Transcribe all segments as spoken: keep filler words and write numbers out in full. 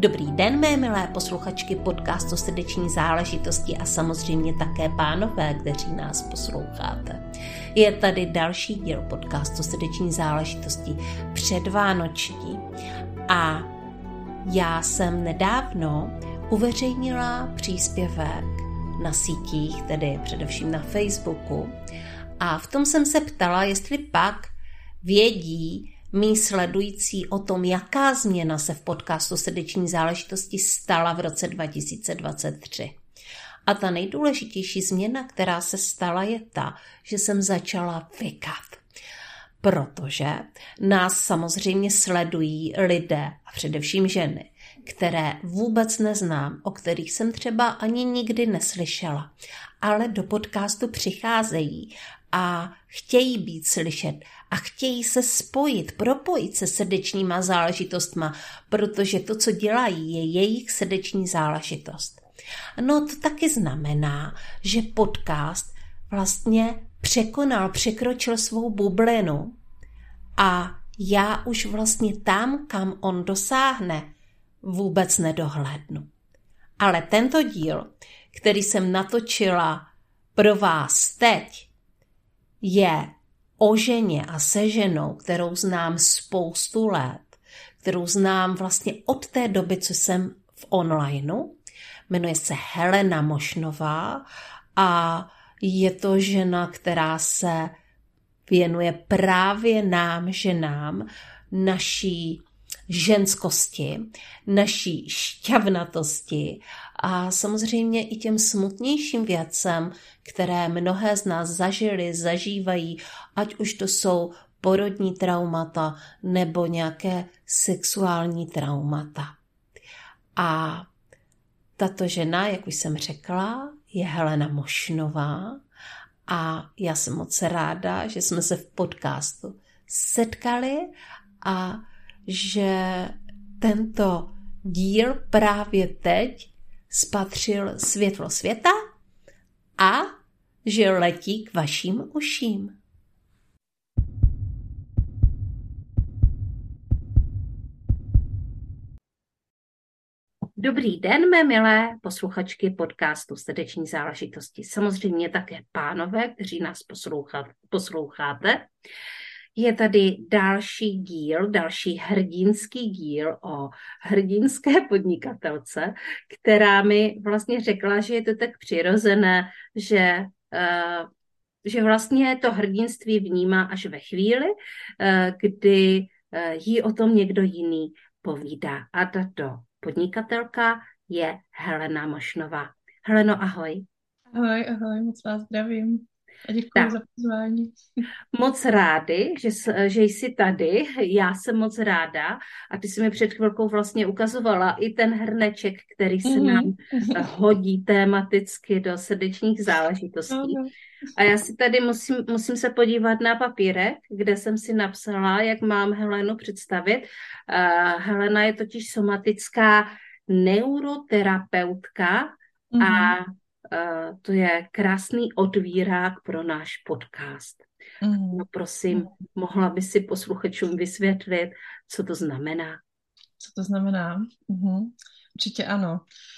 Dobrý den, mé milé posluchačky podcastu Srdeční záležitosti a samozřejmě také pánové, kteří nás posloucháte. Je tady další díl podcastu Srdeční záležitosti předvánoční a já jsem nedávno uveřejnila příspěvek na sítích, tedy především na Facebooku, a v tom jsem se ptala, jestli pak vědí mí sledující o tom, jaká změna se v podcastu Srdeční záležitosti stala v roce dva tisíce dvacet tři. A ta nejdůležitější změna, která se stala, je ta, že jsem začala vykat. Protože nás samozřejmě sledují lidé, a především ženy, které vůbec neznám, o kterých jsem třeba ani nikdy neslyšela, ale do podcastu přicházejí a chtějí být slyšet a chtějí se spojit, propojit se srdečníma záležitostma, protože to, co dělají, je jejich srdeční záležitost. No to taky znamená, že podcast vlastně překonal, překročil svou bublinu a já už vlastně tam, kam on dosáhne, vůbec nedohlédnu. Ale tento díl, který jsem natočila pro vás teď, je o ženě a se ženou, kterou znám spoustu let, kterou znám vlastně od té doby, co jsem v onlineu. Jmenuje se Helena Mošnová a je to žena, která se věnuje právě nám, ženám, naší ženskosti, naší šťavnatosti a samozřejmě i těm smutnějším věcem, které mnohé z nás zažili, zažívají, ať už to jsou porodní traumata nebo nějaké sexuální traumata. A tato žena, jak už jsem řekla, je Helena Mošnová a já jsem moc ráda, že jsme se v podcastu setkali a že tento díl právě teď spatřil světlo světa a že letí k vašim uším. Dobrý den, mé milé posluchačky podcastu Srdeční záležitosti. Samozřejmě také pánové, kteří nás posloucháte. Je tady další díl, další hrdinský díl o hrdinské podnikatelce, která mi vlastně řekla, že je to tak přirozené, že, uh, že vlastně to hrdinství vnímá až ve chvíli, uh, kdy uh, jí o tom někdo jiný povídá. A tato podnikatelka je Helena Mošnová. Heleno, ahoj. Ahoj, ahoj, moc vás zdravím. A děkuji za pozvání. Moc rádi, že, že jsi tady, já jsem moc ráda a ty jsi mi před chvilkou vlastně ukazovala i ten hrneček, který se mm-hmm. nám hodí tematicky do srdečních záležitostí. No, no. A já si tady musím, musím se podívat na papírek, kde jsem si napsala, jak mám Helenu představit. Uh, Helena je totiž somatická neuroterapeutka mm-hmm. a Uh, to je krásný otvírák pro náš podcast. Mm. No prosím, mohla by si posluchačům vysvětlit, co to znamená? Co to znamená? Mhm. Určitě ano.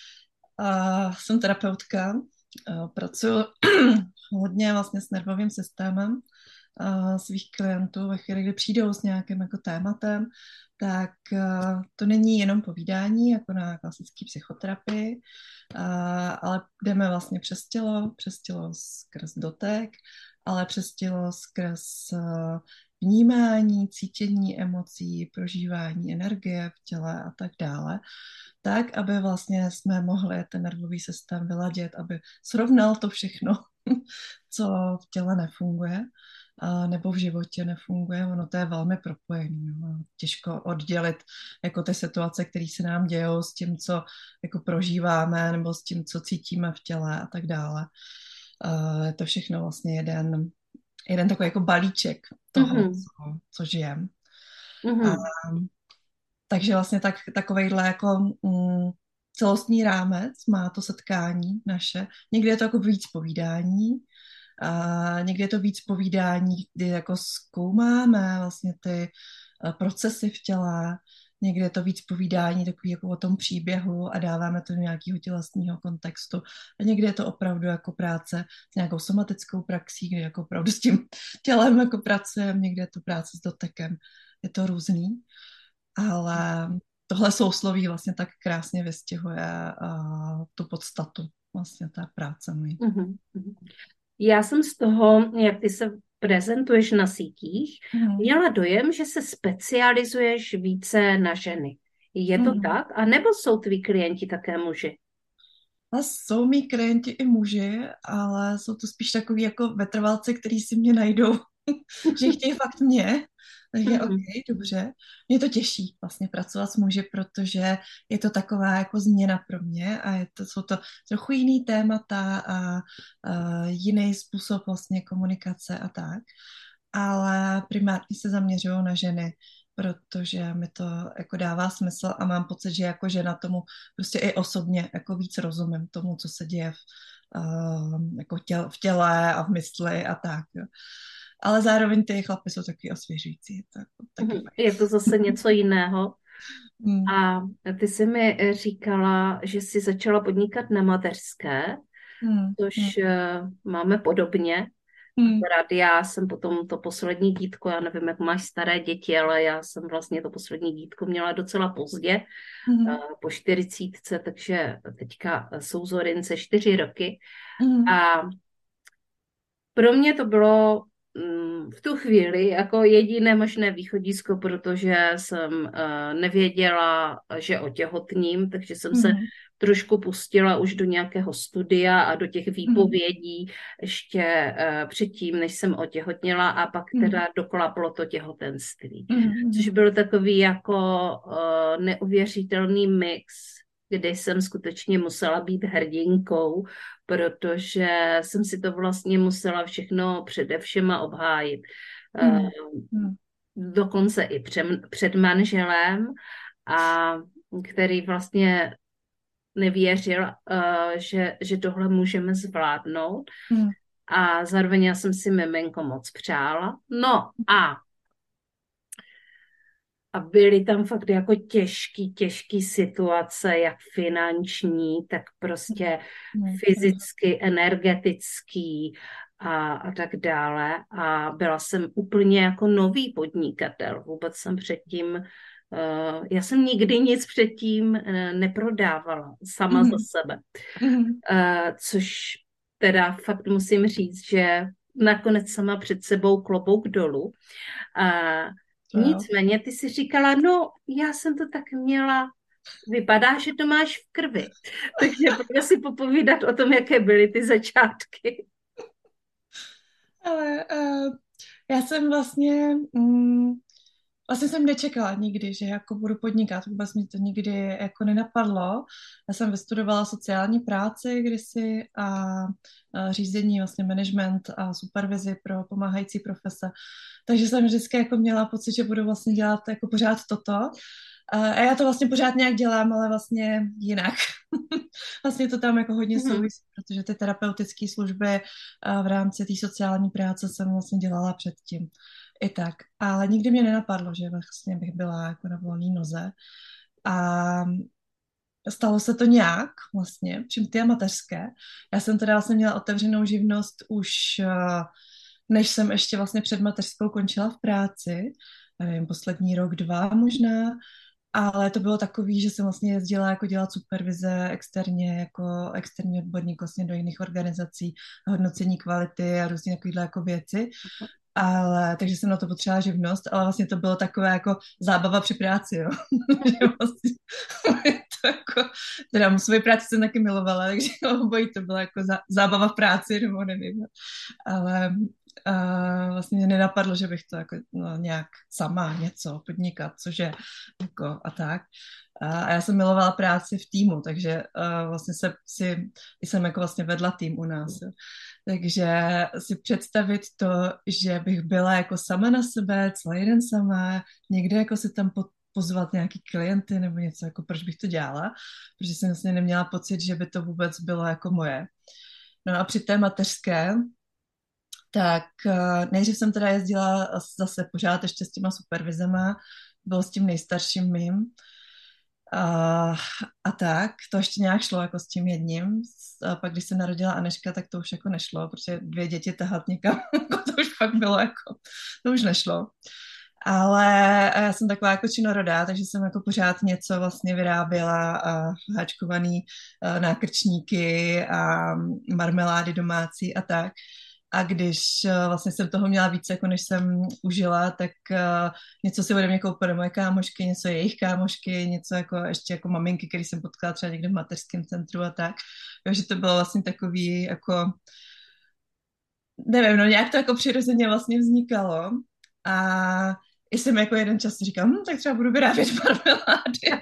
Uh, jsem terapeutka, uh, pracuji hodně vlastně s nervovým systémem uh, svých klientů. Ve chvíli, kdy přijdou s nějakým jako tématem, tak uh, to není jenom povídání, jako na klasické psychoterapii, uh, ale jdeme vlastně přes tělo, přes tělo skrz dotek, ale přes tělo skrz uh, vnímání, cítění emocí, prožívání energie v těle a tak dále, tak, aby vlastně jsme mohli ten nervový systém vyladit, aby srovnal to všechno, co v těle nefunguje, a nebo v životě nefunguje, ono to je velmi propojený. No. Těžko oddělit jako ty situace, které se nám dějou s tím, co jako prožíváme, nebo s tím, co cítíme v těle a tak dále. Uh, je to všechno vlastně jeden, jeden takový jako balíček toho, mm-hmm. co, co žijeme. Mm-hmm. Takže vlastně tak, takovejhle jako mm, celostní rámec má to setkání naše. Někdy je to jako víc povídání, a někdy je to víc povídání, kdy jako zkoumáme vlastně ty procesy v těle, někdy je to víc povídání takový jako o tom příběhu a dáváme to do nějakého tělesného kontextu a někdy je to opravdu jako práce s nějakou somatickou praxí, kdy jako opravdu s tím tělem jako pracujeme, někdy je to práce s dotekem, je to různý, ale tohle sousloví vlastně tak krásně vystihuje uh, tu podstatu vlastně té práce mojí. Mm-hmm. Já jsem z toho, jak ty se prezentuješ na sítích, mm. měla dojem, že se specializuješ více na ženy. Je to mm. tak? A nebo jsou tví klienti také muži? A jsou mý klienti i muži, ale jsou to spíš takový jako vetrvalci, kteří si mě najdou, že chtějí fakt mě. Takže mm-hmm. ok, dobře. Mě to těší vlastně pracovat s muži, protože je to taková jako změna pro mě a je to, jsou to trochu jiný témata a, a jiný způsob vlastně komunikace a tak. Ale primárně se zaměřují na ženy, protože mi to jako dává smysl a mám pocit, že jako žena tomu prostě i osobně jako víc rozumím tomu, co se děje v, uh, jako těle, v těle a v mysli a tak. Jo. Ale zároveň ty chlapy jsou taky osvěžující. Tak, taky je to zase něco jiného. Hmm. A ty jsi mi říkala, že jsi začala podnikat na mateřské, hmm. což hmm. máme podobně. Hmm. Akorát já jsem potom to poslední dítko, já nevím, jak máš staré děti, ale já jsem vlastně to poslední dítko měla docela pozdě, hmm. po čtyřicítce, takže teďka jsou Zorince čtyři roky. Hmm. A pro mě to bylo v tu chvíli jako jediné možné východisko, protože jsem uh, nevěděla, že otěhotním, takže jsem mm. se trošku pustila už do nějakého studia a do těch výpovědí mm. ještě uh, předtím, než jsem otěhotněla a pak mm. teda doklaplo to těhotenství. Mm. Což byl takový jako uh, neuvěřitelný mix, kde jsem skutečně musela být hrdinkou, protože jsem si to vlastně musela všechno především obhájit. Mm. Uh, dokonce i před, před manželem, a který vlastně nevěřil, uh, že, že tohle můžeme zvládnout. Mm. A zároveň já jsem si miminko moc přála. No a A byly tam fakt jako těžký, těžký situace, jak finanční, tak prostě fyzicky, energetický a, a tak dále. A byla jsem úplně jako nový podnikatel. Vůbec jsem předtím, uh, já jsem nikdy nic předtím uh, neprodávala sama mm. za sebe. Mm. Uh, což teda fakt musím říct, že nakonec sama před sebou klobouk dolů. Uh, Nicméně ty si říkala, no já jsem to tak měla, vypadá, že to máš v krvi. Takže pojďme si popovídat o tom, jaké byly ty začátky. Ale uh, já jsem vlastně, um, vlastně jsem nečekala nikdy, že jako budu podnikat. Vůbec mi to nikdy jako nenapadlo. Já jsem vystudovala sociální práci kdysi a, a řízení, vlastně management a supervizi pro pomáhající profese. Takže jsem vždycky jako měla pocit, že budu vlastně dělat jako pořád toto. A já to vlastně pořád nějak dělám, ale vlastně jinak. Vlastně to tam jako hodně souvisí, mm-hmm. protože ty terapeutické služby v rámci té sociální práce jsem vlastně dělala předtím. I tak. Ale nikdy mě nenapadlo, že vlastně bych byla jako na volné noze. A stalo se to nějak vlastně, při té mateřské. Já jsem teda vlastně měla otevřenou živnost už než jsem ještě vlastně před mateřskou končila v práci, nevím, poslední rok, dva možná, ale to bylo takový, že jsem vlastně jezdila jako dělat supervize externě, jako externí odborník vlastně do jiných organizací, hodnocení kvality a různě takovýhle jako věci. Ale, takže jsem na to potřebovala živnost, ale vlastně to bylo takové jako zábava při práci, jo. vlastně, to jako, teda svoji práci jsem taky milovala, takže obojí to byla jako zá, zábava v práci, nebo nevím. Ale uh, vlastně mě nenapadlo, že bych to jako no, nějak sama něco podnikat, což je jako a tak. A já jsem milovala práci v týmu, takže uh, vlastně se, si, jsem jako vlastně vedla tým u nás. Jo. Takže si představit to, že bych byla jako sama na sebe, celý den sama, někde jako si tam pozvat nějaký klienty nebo něco, jako proč bych to dělala, protože jsem vlastně neměla pocit, že by to vůbec bylo jako moje. No a při té mateřské tak uh, nejdřív jsem teda jezdila zase pořád ještě s těma supervizema, byl s tím nejstarším mým. A, a tak, to ještě nějak šlo jako s tím jedním. A pak, když se narodila Aneška, tak to už jako nešlo, protože dvě děti tahat někam, to už fakt bylo jako, to už nešlo. Ale já jsem taková jako činorodá, takže jsem jako pořád něco vlastně vyráběla a háčkovaný nákrčníky a marmelády domácí a tak. A když vlastně jsem toho měla víc, jako než jsem užila, tak něco si ode mě koupily moje kámošky, něco jejich kámošky, něco jako ještě jako maminky, který jsem potkala třeba někde v mateřském centru a tak. Jo, že to bylo vlastně takový jako nevím, no nějak to jako přirozeně vlastně vznikalo a i jsem jako jeden čas říkala, hm, tak třeba budu vyrábět marmelády.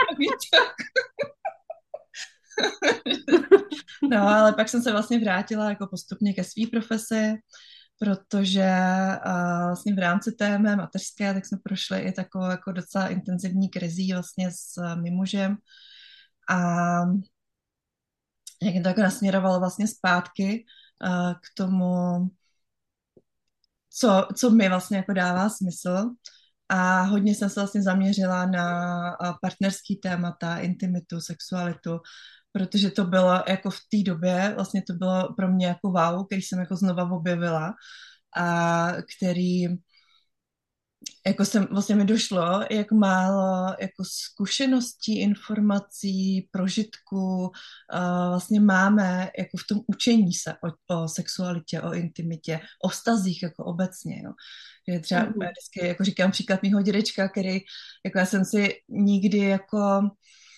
No, ale pak jsem se vlastně vrátila jako postupně ke své profesi, protože uh, vlastně v rámci té mé mateřské, tak jsme prošli i takovou jako docela intenzivní krizí vlastně s uh, mým mužem a jak to jako nasměrovalo vlastně zpátky uh, k tomu, co, co mi vlastně jako dává smysl. A hodně jsem se vlastně zaměřila na partnerský témata, intimitu, sexualitu, protože to bylo jako v té době, vlastně to bylo pro mě jako wow, který jsem jako znova objevila a který jako jsem, vlastně mi došlo, jak málo jako zkušeností, informací, prožitků uh, vlastně máme jako v tom učení se o, o sexualitě, o intimitě, o vztazích jako obecně, jo. Že třeba mm. vždycky jako říkám příklad mýho dědečka, který jako já jsem si nikdy jako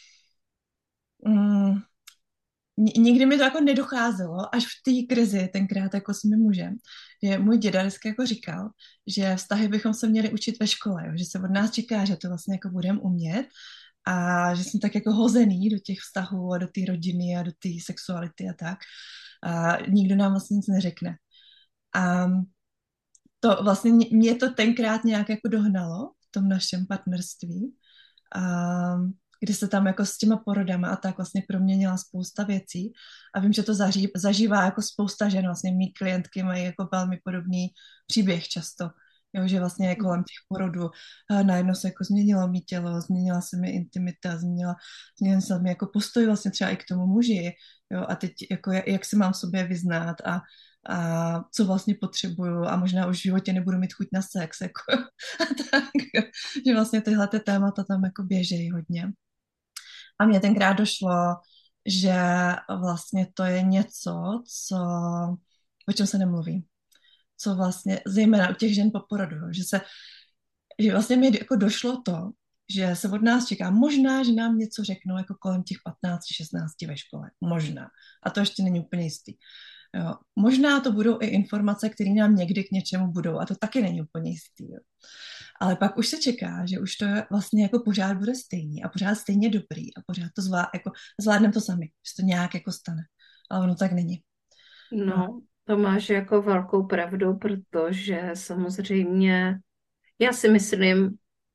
mm, nikdy mi to jako nedocházelo, až v té krizi, tenkrát jako s mým mužem, že můj děda vždycky jako říkal, že vztahy bychom se měli učit ve škole, jo, že se od nás čeká, že to vlastně jako budeme umět a že jsme tak jako hozený do těch vztahů a do té rodiny a do té sexuality a tak. A nikdo nám vlastně nic neřekne. A to vlastně mě to tenkrát nějak jako dohnalo v tom našem partnerství. A kdy se tam jako s těma porodama a tak vlastně proměnila spousta věcí a vím, že to zaží, zažívá jako spousta žen, vlastně mý klientky mají jako velmi podobný příběh často, jo, že vlastně kolem těch porodů najednou se jako změnilo mý tělo, změnila se mi intimita, změnila, změnila se mi jako postoj vlastně třeba i k tomu muži, jo, a teď jako jak, jak se mám v sobě vyznát a a co vlastně potřebuju a možná už v životě nebudu mít chuť na sex, jako, a tak, že vlastně tyhle ty témata tam jako běžejí hodně. A mně tenkrát došlo, že vlastně to je něco, co, o čem se nemluví. Co vlastně, zejména u těch žen po porodu, že se, že vlastně mi jako došlo to, že se od nás čeká, možná, že nám něco řeknou jako kolem těch patnáct šestnáct ve škole. Možná. A to ještě není úplně jistý. Jo. Možná to budou i informace, které nám někdy k něčemu budou a to taky není úplně jistý. Jo. Ale pak už se čeká, že už to vlastně jako pořád bude stejný a pořád stejně dobrý a pořád to zvlá, jako, zvládneme to sami, že to nějak jako stane. Ale ono tak není. No, no, to máš jako velkou pravdu, protože samozřejmě já si myslím,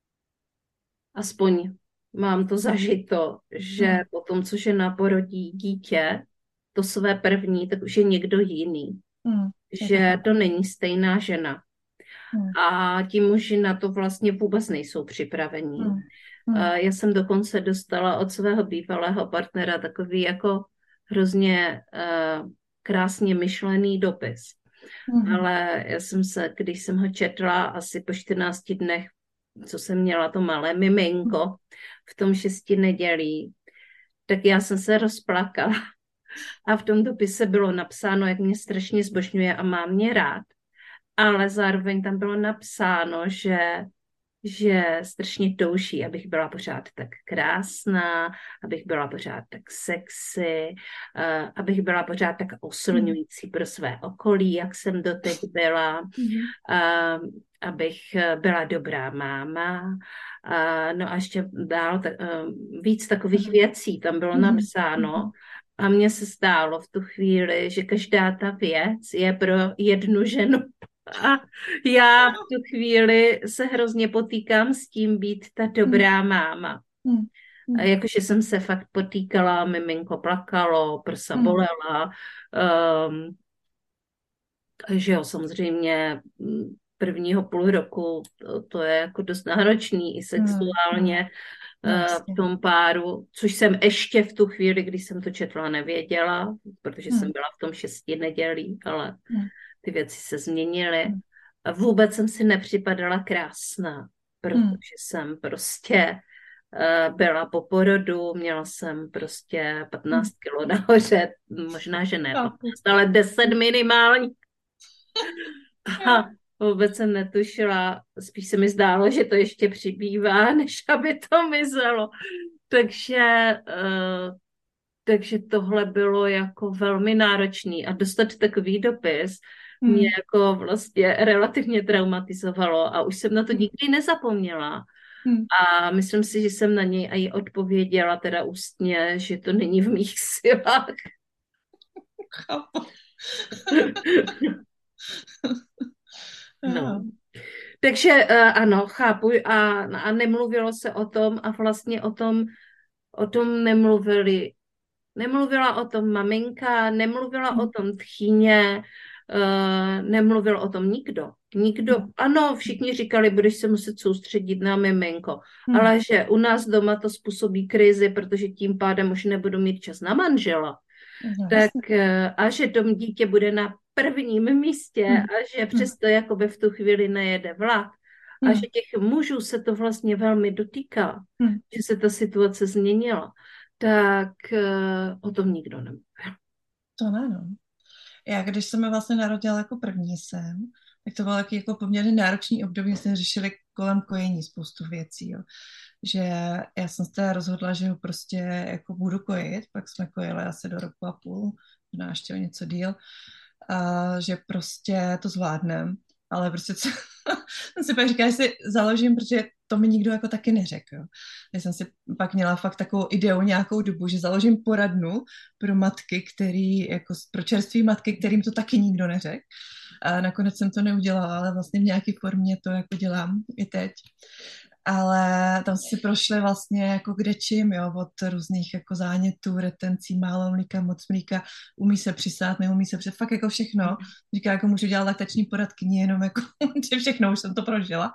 aspoň mám to zažito, že hmm. po tom, co žena porodí dítě, to své první, tak už je někdo jiný. Hmm. Že to není stejná žena. Hmm. A ti muži na to vlastně vůbec nejsou připravení. Hmm. Hmm. Já jsem dokonce dostala od svého bývalého partnera takový jako hrozně uh, krásně myšlený dopis. Hmm. Ale já jsem se, když jsem ho četla asi po čtrnácti dnech, co jsem měla to malé miminko v tom šesti nedělí, tak já jsem se rozplakala. A v tom dopise bylo napsáno, jak mě strašně zbožňuje a má mě rád. Ale zároveň tam bylo napsáno, že, že strašně touží, abych byla pořád tak krásná, abych byla pořád tak sexy, uh, abych byla pořád tak oslňující pro své okolí, jak jsem doteď byla, uh, abych byla dobrá máma. Uh, no a ještě dál tak, uh, víc takových věcí tam bylo napsáno. A mně se stálo v tu chvíli, že každá ta věc je pro jednu ženu. A já v tu chvíli se hrozně potýkám s tím být ta dobrá máma. A jakože jsem se fakt potýkala, miminko plakalo, prsa bolela, um, že jo, samozřejmě prvního půl roku to, to je jako dost náročný i sexuálně hmm. v tom páru, což jsem ještě v tu chvíli, kdy jsem to četla, nevěděla, protože hmm. jsem byla v tom šesti nedělí, ale ty věci se změnily. A vůbec jsem si nepřipadala krásná, protože hmm. jsem prostě uh, byla po porodu, měla jsem prostě patnáct hmm. kilo nahoře, možná, že ne patnáct, ale deset minimálně. A vůbec jsem netušila, spíš se mi zdálo, že to ještě přibývá, než aby to mizelo. Takže, uh, takže tohle bylo jako velmi náročný a dostat takový dopis hmm. mě jako vlastně relativně traumatizovalo a už jsem na to nikdy nezapomněla. Hmm. A myslím si, že jsem na něj i odpověděla teda ústně, že to není v mých silách. Chápu. No. Takže uh, ano, chápu a, a nemluvilo se o tom a vlastně o tom, o tom nemluvili. Nemluvila o tom maminka, nemluvila hmm. o tom tchýně, uh, nemluvil o tom nikdo. Nikdo, hmm. ano, všichni říkali, budeš se muset soustředit na miminko, hmm. ale že u nás doma to způsobí krizi, protože tím pádem už nebudu mít čas na manžela. Hmm. Tak uh, a že to dítě bude na prvním místě hmm. a že přesto jakoby v tu chvíli nejede vlak hmm. a že těch mužů se to vlastně velmi dotýká, hmm. že se ta situace změnila, tak uh, o tom nikdo nemluvil. To ne, no. Já, když jsem mi vlastně narodila jako první sen, tak to bylo taky jako poměrně náročný období, jsme řešili kolem kojení spoustu věcí, jo. Že já jsem se teda rozhodla, že ho prostě jako budu kojit, pak jsme kojili asi do roku a půl, možná ještě o něco díl, a že prostě to zvládnem, ale prostě co, jsem si pak říkala, že si založím, protože to mi nikdo jako taky neřekl. Já jsem si pak měla fakt takovou ideu nějakou dobu, že založím poradnu pro matky, který, jako pro čerství matky, kterým to taky nikdo neřekl. A nakonec jsem to neudělala, ale vlastně v nějaké formě to jako dělám i teď. Ale tam si prošli vlastně jako kde čím, jo, od různých jako zánětů, retencí, málo mlíka, moc mlíka, umí se přisát, neumí se přisát, fakt jako všechno. Říká, jako můžu dělat laktační poradkyni, jenom jako všechno, už jsem to prožila.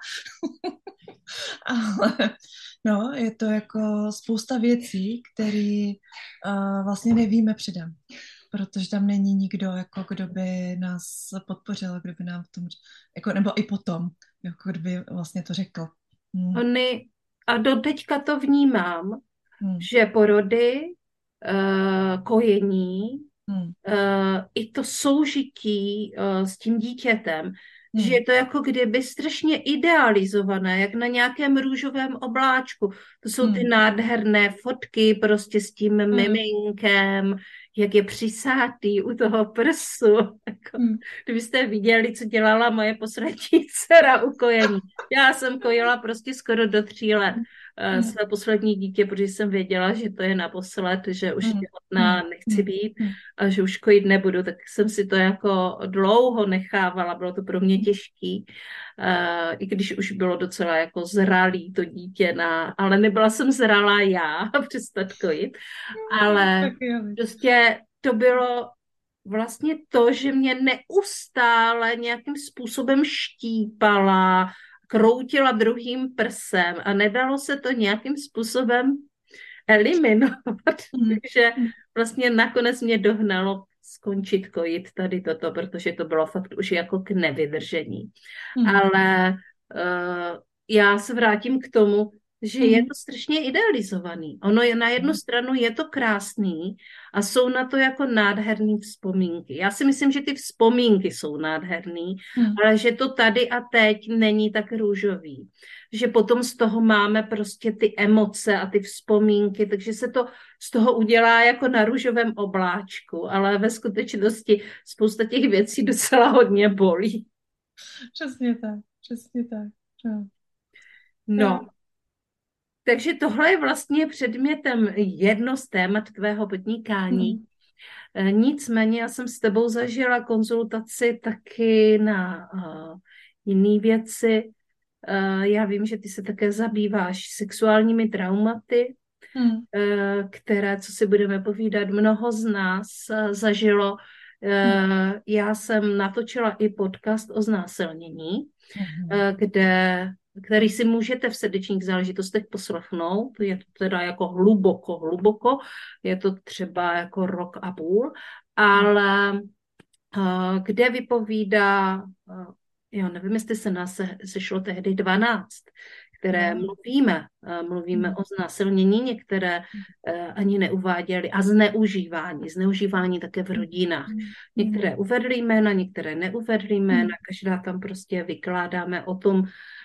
Ale no, je to jako spousta věcí, které uh, vlastně nevíme předem, protože tam není nikdo, jako kdo by nás podpořil, kdo by nám v tom, jako, nebo i potom, jako kdyby vlastně to řekl. Hmm. Oni, a doteďka to vnímám, hmm. že porody, uh, kojení, hmm. uh, i to soužití uh, s tím dítětem, hmm. že je to jako kdyby strašně idealizované, jak na nějakém růžovém obláčku. To jsou ty hmm. nádherné fotky prostě s tím hmm. miminkem, jak je přisátý u toho prsu. Jako, hmm. Kdybyste viděli, co dělala moje poslední dcera u kojení. Já jsem kojila prostě skoro do tří let uh, své poslední dítě, protože jsem věděla, že to je naposled, že už těhotná nechci být a že už kojit nebudu, tak jsem si to jako dlouho nechávala, bylo to pro mě těžký, uh, i když už bylo docela jako zralý to dítě, na, ale nebyla jsem zralá já přestat kojit, ale prostě to bylo vlastně to, že mě neustále nějakým způsobem štípala, kroutila druhým prsem a nedalo se to nějakým způsobem eliminovat. Mm. Takže vlastně nakonec mě dohnalo skončit kojit tady toto, protože to bylo fakt už jako k nevydržení. Mm. Ale uh, já se vrátím k tomu, že je to strašně idealizovaný. Ono je na jednu stranu je to krásný a jsou na to jako nádherný vzpomínky. Já si myslím, že ty vzpomínky jsou nádherný, hmm. ale že to tady a teď není tak růžový. Že potom z toho máme prostě ty emoce a ty vzpomínky, takže se to z toho udělá jako na růžovém obláčku, ale ve skutečnosti spousta těch věcí docela hodně bolí. Přesně tak, přesně tak. No. no. Takže tohle je vlastně předmětem jedno z témat tvého podnikání. Hmm. Nicméně já jsem s tebou zažila konzultaci taky na uh, jiné věci. Uh, já vím, že ty se také zabýváš sexuálními traumaty, hmm. uh, které, co si budeme povídat, mnoho z nás uh, zažilo, Já jsem natočila i podcast o znásilnění, kde, který si můžete v srdečních záležitostech poslechnout. Je to teda jako hluboko, hluboko. Je to třeba jako rok a půl, ale kde vypovídá, já nevím, jestli se nás se, sešlo tehdy dvanáct, které no. mluvíme, mluvíme mm. o znásilnění, některé ani neuváděly, a zneužívání, zneužívání také v rodinách. Některé uvedly jména, některé neuvedly jména, každá tam prostě vykládáme o tom,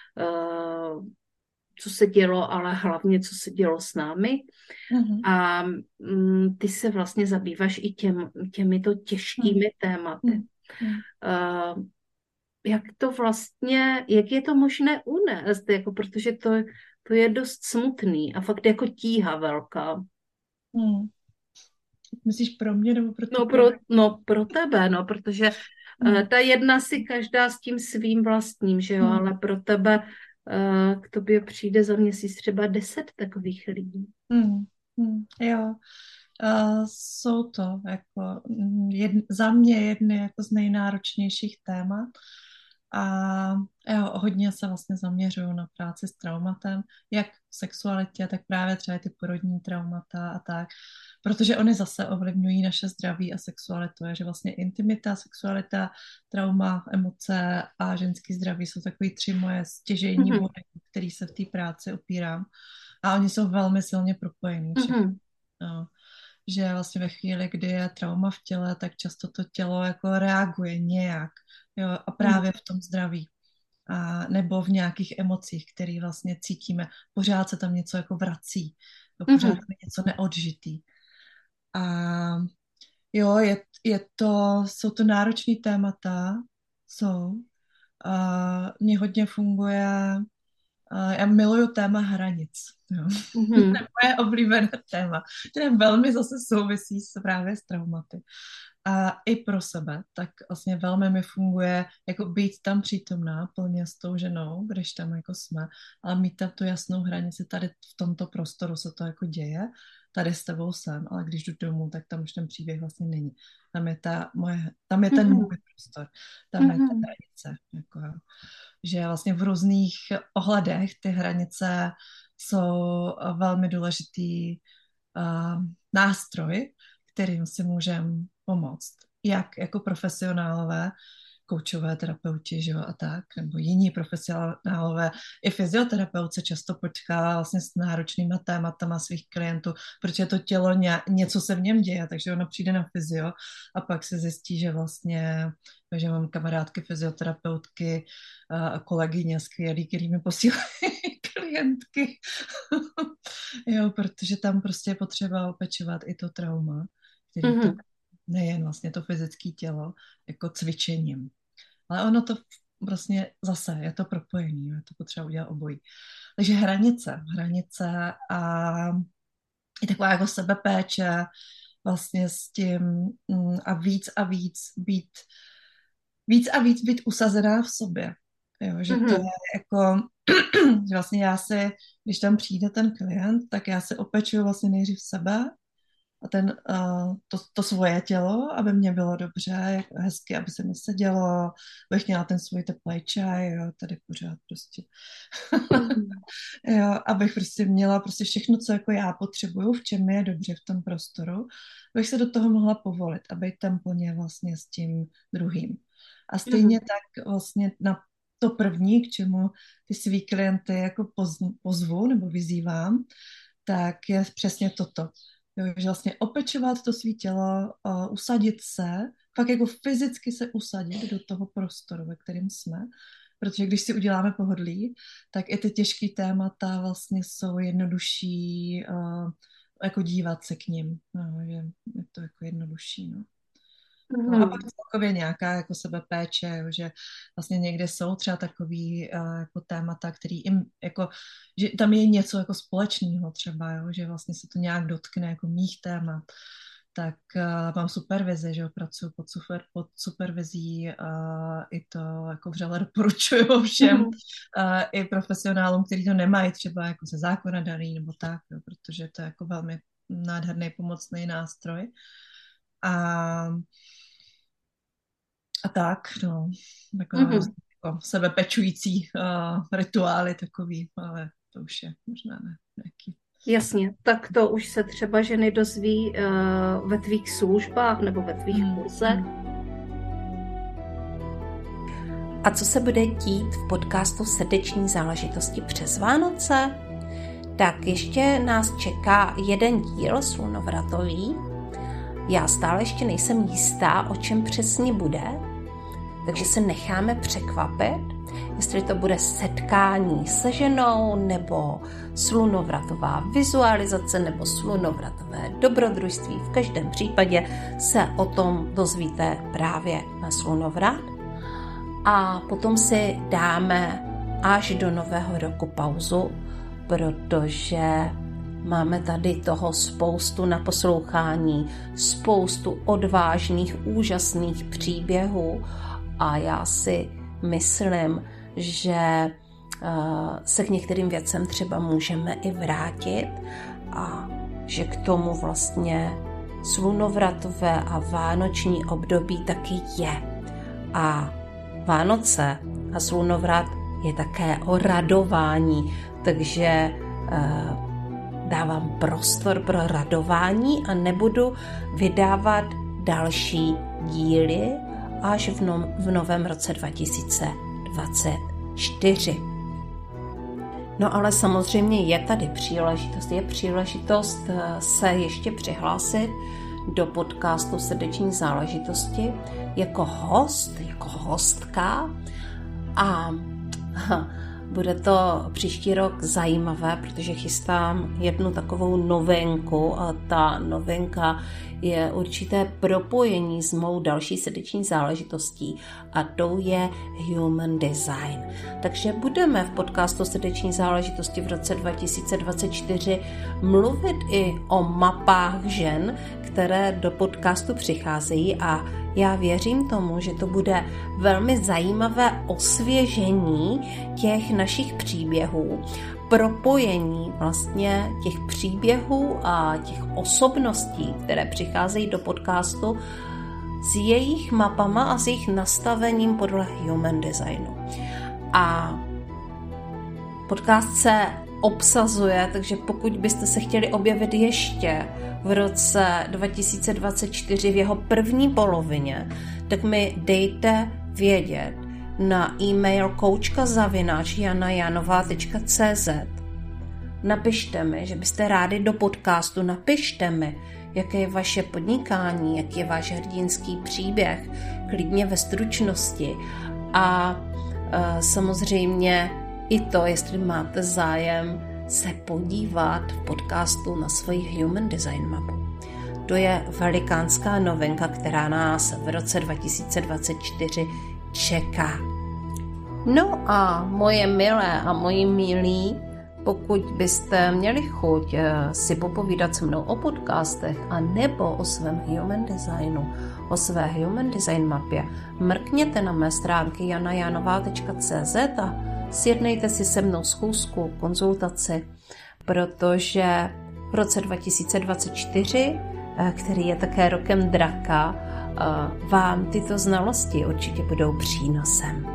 co se dělo, ale hlavně, co se dělo s námi. Mm. A ty se vlastně zabýváš i těm, těmito těžkými mm. tématy. Mm. Uh, jak to vlastně, jak je to možné unést, jako, protože to, to je dost smutný a fakt jako tíha velká. Hmm. Myslíš pro mě nebo pro tebe? No pro, no pro tebe, no, protože hmm. uh, ta jedna si každá s tím svým vlastním, že jo, hmm. ale pro tebe uh, k tobě přijde za měsíc třeba deset takových lidí. Hmm. Hmm. Jo. Uh, jsou to jako jedn, za mě jedny jako z nejnáročnějších témat. A jo, hodně se vlastně zaměřuju na práci s traumatem, jak v sexualitě, tak právě třeba ty porodní traumata a tak, protože oni zase ovlivňují naše zdraví a sexualitu, je, že vlastně intimita, sexualita, trauma, emoce a ženský zdraví jsou takový tři moje stěžejní mm-hmm. body, který se v té práci opírám a oni jsou velmi silně propojení. Mm-hmm. No. Že vlastně ve chvíli, kdy je trauma v těle, tak často to tělo jako reaguje nějak, jo, a právě v tom zdraví. A nebo v nějakých emocích, které vlastně cítíme. Pořád se tam něco jako vrací. Jo, pořád tam je něco neodžitý. A jo, je, je to, jsou to náročný témata, jsou. A mně hodně funguje, a já miluju téma hranic. Jo. Mm-hmm. To je moje oblíbené téma, které velmi zase souvisí s právě s traumaty. A i pro sebe, tak vlastně velmi mi funguje jako být tam přítomná plně s tou ženou, když tam jako jsme, ale mít tam tu jasnou hranici, tady v tomto prostoru se to jako děje, tady s tebou jsem, ale když jdu domů, tak tam už ten příběh vlastně není. Tam je, ta moje, tam je ten mm-hmm. můj prostor, tam mm-hmm. je ta hranice. Jako, že vlastně v různých ohledech ty hranice jsou velmi důležitý uh, nástroj, kterým si můžeme pomoct. Jak jako profesionálové, koučové terapeuti, že jo, a tak, nebo jiní profesionálové. I fyzioterapeut se často potká vlastně s náročnýma tématama svých klientů, protože to tělo ně, něco se v něm děje, takže ona přijde na fyzio a pak se zjistí, že vlastně, že mám kamarádky fyzioterapeutky a kolegyně skvělý, který mi posílají klientky. Jo, protože tam prostě je potřeba opečovat i to trauma, který mm-hmm. to nejen vlastně to fyzické tělo, jako cvičením. Ale ono to vlastně zase je to propojení, je to potřeba udělat obojí. Takže hranice, hranice a i taková jako sebepéče vlastně s tím a víc a víc být víc a víc být usazená v sobě. Jo, že mm-hmm. to je jako, že vlastně já si, když tam přijde ten klient, tak já si opečuju vlastně nejdřív sebe, a ten, uh, to, to svoje tělo, aby mě bylo dobře, hezky, aby se mi sedělo, abych měla ten svůj teplý čaj, jo, tady pořád prostě. Jo, abych prostě měla prostě všechno, co jako já potřebuju, v čem mi je dobře v tom prostoru, abych se do toho mohla povolit a být tam plně vlastně s tím druhým. A stejně mm. tak vlastně na to první, k čemu ty svý klienty jako pozvu nebo vyzývám, tak je přesně toto. Jo, že vlastně opečovat to svý tělo, uh, usadit se, fakt jako fyzicky se usadit do toho prostoru, ve kterém jsme, protože když si uděláme pohodlí, tak i ty těžké témata vlastně jsou jednodušší, uh, jako dívat se k nim, no, že je to jako jednodušší, no. No a pak celkově nějaká jako sebepéče, jo, že vlastně někde jsou třeba takový uh, jako témata, který jim jako, že tam je něco jako společného třeba, jo, že vlastně se to nějak dotkne jako mých témat, tak uh, mám supervizi, že jo, pracuji pod, super, pod supervizí, uh, i to jako vřele doporučuju všem, mm. uh, i profesionálům, kteří to nemají třeba jako ze zákona daný nebo tak, jo, protože to je jako velmi nádherný pomocný nástroj. A a tak, no, takové mm-hmm. jako sebepečující uh, rituály takový, ale to už je možná ne, nějaký. Jasně, tak to už se třeba ženy dozví uh, ve tvých službách nebo ve tvých mm. kurzech. A co se bude dít v podcastu Srdeční záležitosti přes Vánoce? Tak ještě nás čeká jeden díl slunovratový. Já stále ještě nejsem jistá, o čem přesně bude, takže se necháme překvapit, jestli to bude setkání se ženou, nebo slunovratová vizualizace, nebo slunovratové dobrodružství. V každém případě se o tom dozvíte právě na Slunovrat. A potom si dáme až do nového roku pauzu, protože máme tady toho spoustu na poslouchání, spoustu odvážných, úžasných příběhů a já si myslím, že se k některým věcem třeba můžeme i vrátit a že k tomu vlastně slunovratové a vánoční období taky je. A Vánoce a slunovrat je také o radování, takže dávám prostor pro radování a nebudu vydávat další díly až v, no, v novém roce dva tisíce dvacet čtyři. No ale samozřejmě je tady příležitost, je příležitost se ještě přihlásit do podcastu Srdeční záležitosti jako host, jako hostka a bude to příští rok zajímavé, protože chystám jednu takovou novinku a ta novinka je určité propojení s mou další srdeční záležitostí a tou je Human Design. Takže budeme v podcastu Srdeční záležitosti v roce dva tisíce dvacet čtyři mluvit i o mapách žen, které do podcastu přicházejí a já věřím tomu, že to bude velmi zajímavé osvěžení těch našich příběhů, propojení vlastně těch příběhů a těch osobností, které přicházejí do podcastu s jejich mapama a s jejich nastavením podle Human Designu. A podcast se obsazuje, takže pokud byste se chtěli objevit ještě v roce dva tisíce dvacet čtyři v jeho první polovině, tak mi dejte vědět na e-mail koučka zavináč jana janová tečka cé zet. Napište mi, že byste rádi do podcastu, napište mi, jaké je vaše podnikání, jaký je váš hrdinský příběh, klidně ve stručnosti a e, samozřejmě i to, jestli máte zájem se podívat v podcastu na svoji Human Design mapu. To je velikánská novinka, která nás v roce dva tisíce dvacet čtyři čeká. No a moje milé a moji milí, pokud byste měli chuť si popovídat se mnou o podcastech a nebo o svém Human Designu, o své Human Design mapě, mrkněte na mé stránky jana janová tečka cé zet a sjednejte si se mnou schůzku, konzultaci, protože v roce dva tisíce dvacet čtyři, který je také rokem draka, vám tyto znalosti určitě budou přínosem.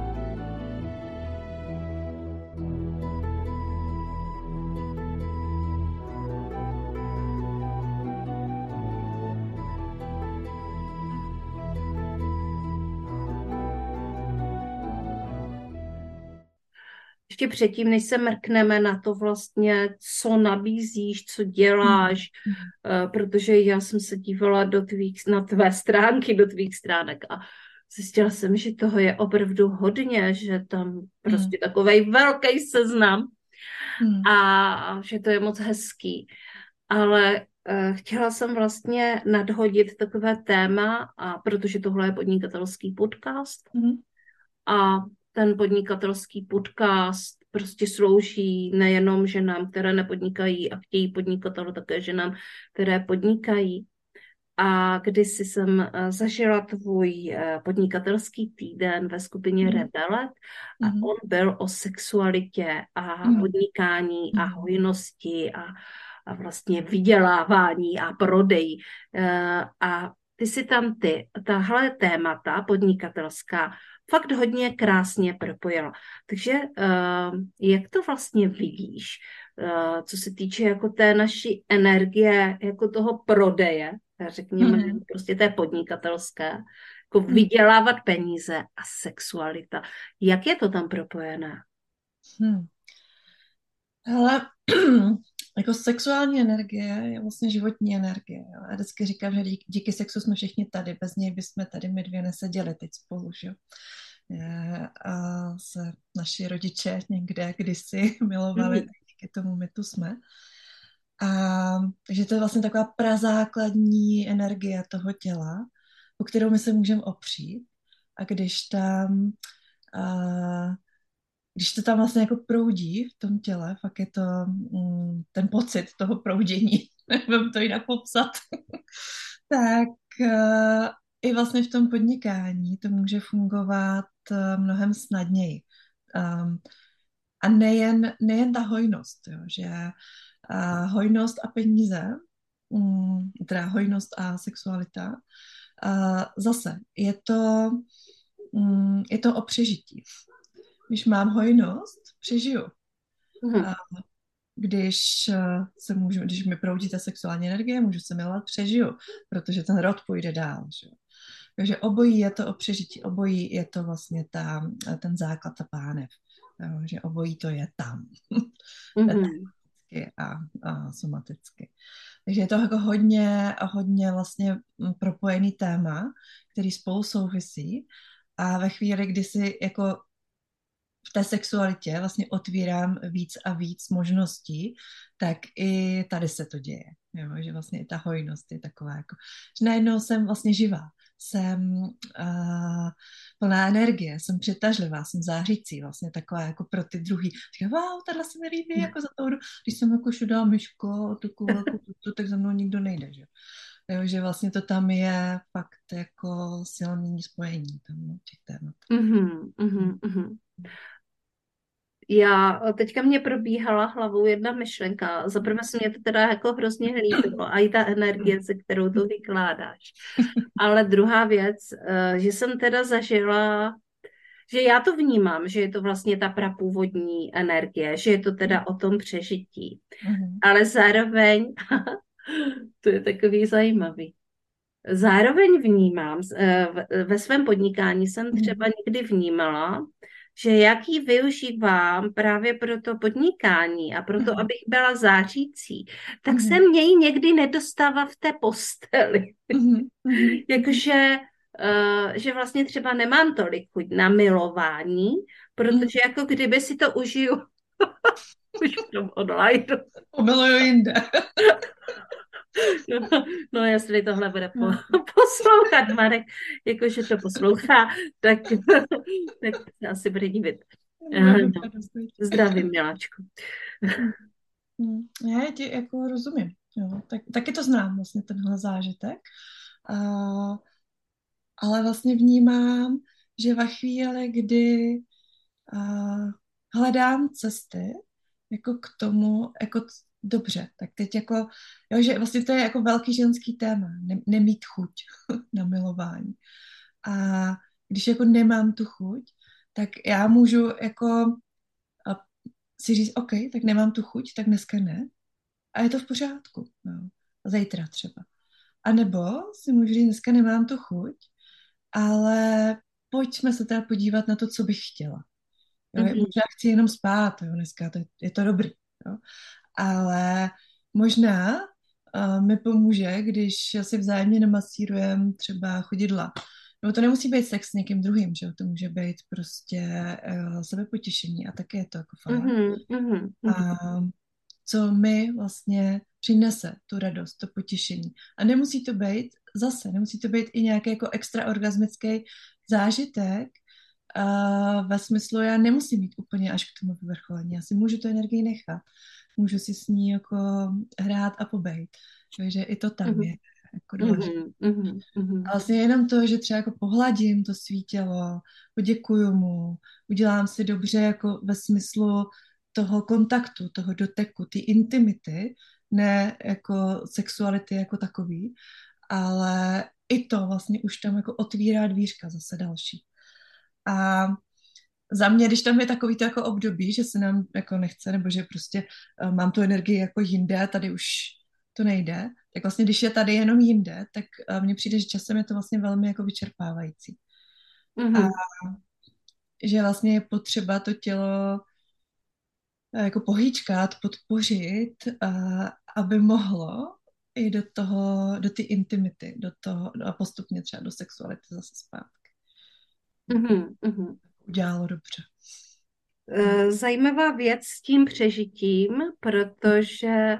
Ještě předtím, než se mrkneme na to vlastně, co nabízíš, co děláš, mm. protože já jsem se dívala do tvých, na tvé stránky, do tvých stránek a zjistila jsem, že toho je opravdu hodně, že tam prostě mm. takovej velký seznam mm. a že to je moc hezký. Ale uh, chtěla jsem vlastně nadhodit takové téma, a protože tohle je podnikatelský podcast mm. a ten podnikatelský podcast prostě slouží nejenom ženám, které nepodnikají a chtějí podnikat, ale také ženám, které podnikají. A kdysi jsem zažila tvůj podnikatelský týden ve skupině mm. Rebelet a mm. on byl o sexualitě a mm. podnikání mm. a hojnosti a, a vlastně vydělávání a prodeji. A ty si tam ty, tahle témata podnikatelská fakt hodně krásně propojila. Takže uh, jak to vlastně vidíš, uh, co se týče jako té naší energie, jako toho prodeje, řekněme, mm-hmm. prostě té podnikatelské, jako vydělávat peníze a sexualita. Jak je to tam propojené? Hmm. Hele, jako sexuální energie je vlastně životní energie. Jo? Já vždycky říkám, že díky, díky sexu jsme všichni tady, bez něj bychom tady my dvě neseděli teď spolu, že? Je, a se naši rodiče někde kdysi milovali, mm. díky tomu my tu jsme. A, takže to je vlastně taková prazákladní energie toho těla, o kterou my se můžeme opřít. A když tam a, když to tam vlastně jako proudí v tom těle, fakt je to mm, ten pocit toho proudění, nevím to jinak popsat, tak uh, i vlastně v tom podnikání to může fungovat uh, mnohem snadněji. Um, a nejen, nejen ta hojnost, jo, že uh, hojnost a peníze, um, teda hojnost a sexualita, uh, zase je to, um, je to o přežití. Když mám hojnost, přežiju. Mm. A když se můžu, když mi proudí ta sexuální energie, můžu se milovat, přežiju, protože ten rod půjde dál. Že? Takže obojí je to o přežití, obojí je to vlastně ta, ten základ, ta pánev. Jo? Že obojí to je tam. Mm-hmm. a, a somaticky. Takže je to jako hodně, hodně vlastně propojený téma, který spolu souvisí a ve chvíli, kdy si jako v té sexualitě vlastně otvírám víc a víc možností, tak i tady se to děje. Jo? Že vlastně i ta hojnost je taková jako, že najednou jsem vlastně živá, jsem uh, plná energie, jsem přitažlivá, jsem zářící, vlastně taková jako pro ty druhý. Říkám, wow, tahle se mi líbí, jako za to, když jsem jako šudá myško, takovou velkou tutu, tak za mnou nikdo nejde, že? Jo, že vlastně to tam je fakt jako silný spojení tam, no, těch témat. Mm-hmm, mm-hmm, mm-hmm. Já, teďka mě probíhala hlavou jedna myšlenka. Zaprvé se mě to teda jako hrozně líbilo a i ta energie, se kterou to vykládáš. Ale druhá věc, že jsem teda zažila, že já to vnímám, že je to vlastně ta prapůvodní energie, že je to teda o tom přežití. Ale zároveň, to je takový zajímavý, zároveň vnímám, ve svém podnikání jsem třeba někdy vnímala, že jak ji využívám právě pro to podnikání a pro to, mm. abych byla zářící, tak mm. se mě ji někdy nedostává v té posteli. Mm. Jakože uh, že vlastně třeba nemám tolik chuť na milování, protože jako kdyby si to užiju už v tom online. Pomiluju jinde. No, no, jestli tohle bude po, poslouchat Marek, jakože to poslouchá, tak, tak se asi bude divit. No, zdravím, miláčku. Já ti jako rozumím. Jo. Tak, taky to znám vlastně tenhle zážitek. Uh, ale vlastně vnímám, že ve chvíli, kdy uh, hledám cesty jako k tomu, jako dobře, tak teď jako, jo, že vlastně to je jako velký ženský téma, ne, nemít chuť na milování. A když jako nemám tu chuť, tak já můžu jako si říct, OK, tak nemám tu chuť, tak dneska ne. A je to v pořádku. No. Zítra třeba. A nebo si můžu říct, dneska nemám tu chuť, ale pojďme se teda podívat na to, co bych chtěla. Jo, mm-hmm. Možná chci jenom spát, jo, dneska to, je to dobrý. Jo. Ale možná uh, mi pomůže, když si vzájemně namasírujeme třeba chodidla. No to nemusí být sex s někým druhým, že jo? To může být prostě uh, sebepotěšení a taky je to jako fajn. Mm-hmm, mm-hmm. A co mi vlastně přinese tu radost, to potěšení. A nemusí to být zase, nemusí to být i nějaký jako extra orgasmický zážitek, uh, ve smyslu já nemusím mít úplně až k tomu vyvrcholení. Já si můžu tu energii nechat. Můžu si s ní jako hrát a pobejt. Takže i to tam mm-hmm. je jako důležité. Mm-hmm. Mm-hmm. A vlastně jenom to, že třeba jako pohladím to svý tělo, poděkuju mu, udělám si dobře jako ve smyslu toho kontaktu, toho doteku, ty intimity, ne jako sexuality jako takový, ale i to vlastně už tam jako otvírá dvířka zase další. A za mě, když tam je takový to jako období, že se nám jako nechce, nebo že prostě uh, mám tu energii jako jinde, tady už to nejde, tak vlastně když je tady jenom jinde, tak uh, mně přijde, že časem je to vlastně velmi jako vyčerpávající. Mm-hmm. A že vlastně je potřeba to tělo uh, jako pohýčkat, podpořit, uh, aby mohlo i do toho, do ty intimity, do toho a postupně třeba do sexuality zase zpátky. Mm-hmm. Udělalo dobře. Zajímavá věc s tím přežitím, protože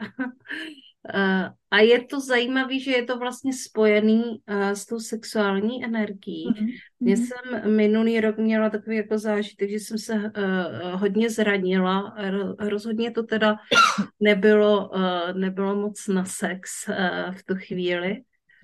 a je to zajímavé, že je to vlastně spojený s tou sexuální energií. Mm-hmm. Já jsem minulý rok měla takový jako zážitek, že jsem se uh, hodně zranila. Rozhodně to teda nebylo, uh, nebylo moc na sex uh, v tu chvíli.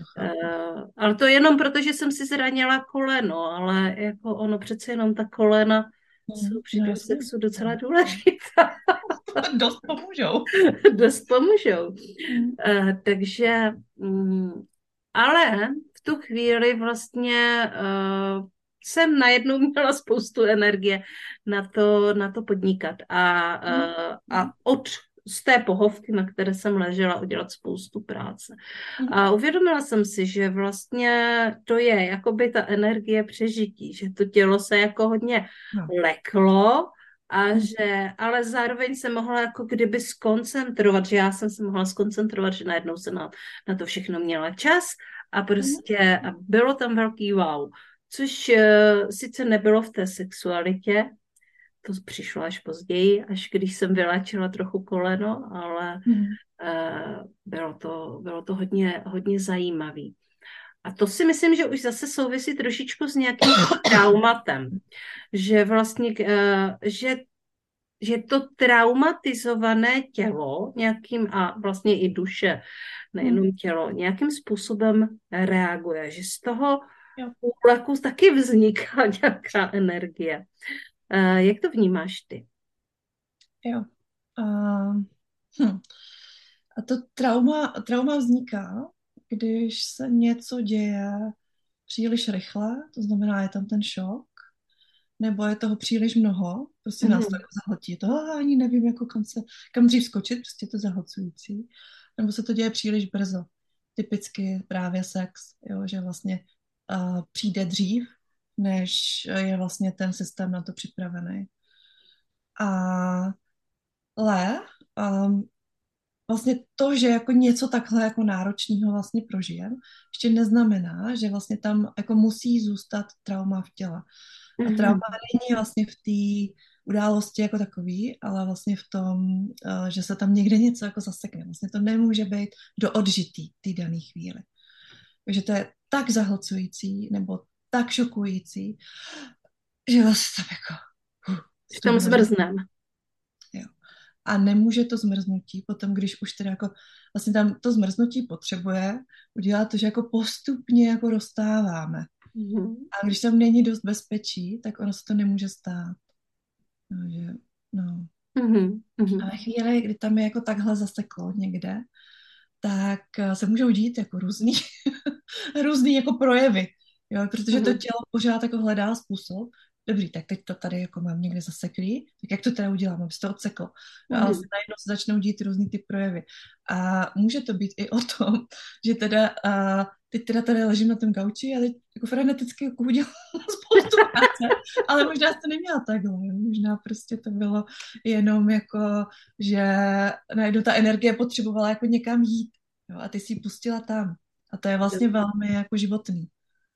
Uh, ale to jenom proto, že jsem si zranila koleno, ale jako ono přece jenom ta kolena jsou při no, sexu docela důležitá. Dost pomůžou. Dost pomůžou. Uh, takže, um, ale v tu chvíli vlastně uh, jsem najednou měla spoustu energie na to, na to podnikat. A, uh, a od z té pohovky, na které jsem ležela, udělat spoustu práce. A uvědomila jsem si, že vlastně to je jakoby ta energie přežití, že to tělo se jako hodně no. leklo, a že, ale zároveň se mohla jako kdyby skoncentrovat, že já jsem se mohla skoncentrovat, že najednou se na, na to všechno měla čas a prostě a bylo tam velký wow. Což uh, sice nebylo v té sexualitě, to přišlo až později, až když jsem vyléčila trochu koleno, ale mm. uh, bylo to, bylo to hodně, hodně zajímavý. A to si myslím, že už zase souvisí trošičku s nějakým traumatem. Že vlastně, uh, že, že to traumatizované tělo nějakým, a vlastně i duše, nejenom tělo, nějakým způsobem reaguje. Že z toho úleku taky vzniká nějaká energie. Uh, jak to vnímáš ty? Jo. Uh, hm. A to trauma, trauma vzniká, když se něco děje příliš rychle, to znamená, je tam ten šok, nebo je toho příliš mnoho, prostě mm-hmm. nás to jako zahltí. To ani nevím, jako kam, se, kam dřív skočit, prostě je to zahlcující. Nebo se to děje příliš brzo. Typicky právě sex, jo, že vlastně uh, přijde dřív, než je vlastně ten systém na to připravený. Ale um, vlastně to, že jako něco takhle jako náročného vlastně prožijem, ještě neznamená, že vlastně tam jako musí zůstat trauma v těle. A trauma není vlastně v té události jako takový, ale vlastně v tom, uh, že se tam někde něco jako zasekne. Vlastně to nemůže být do odžitý té dané chvíli. Takže to je tak zahlcující, nebo tak šokující, že vlastně tam jako... Uh, že tam zmrzneme. Jo. A nemůže to zmrznutí potom, když už teda jako... Vlastně tam to zmrznutí potřebuje udělat to, že jako postupně jako rozstáváme. Mm-hmm. A když tam není dost bezpečí, tak ono se to nemůže stát. No, že, no. Mm-hmm. A ve chvíli, kdy tam je jako takhle zaseklo někde, tak se můžou dít jako různý, různý jako projevy. Jo, protože to tělo pořád jako hledá způsob. Dobrý, tak teď to tady jako mám někde zaseklý, tak jak to teda udělám, aby se to odseklo. No, ale se najednou se začnou dít různý ty projevy. A může to být i o tom, že teda uh, teď teda tady ležím na tom gauči a teď jako freneticky jako udělám spoustu práce, ale možná to neměla takhle. Možná prostě to bylo jenom jako, že najednou ta energie potřebovala jako někam jít. Jo, a ty si ji pustila tam. A to je vlastně velmi jako životný.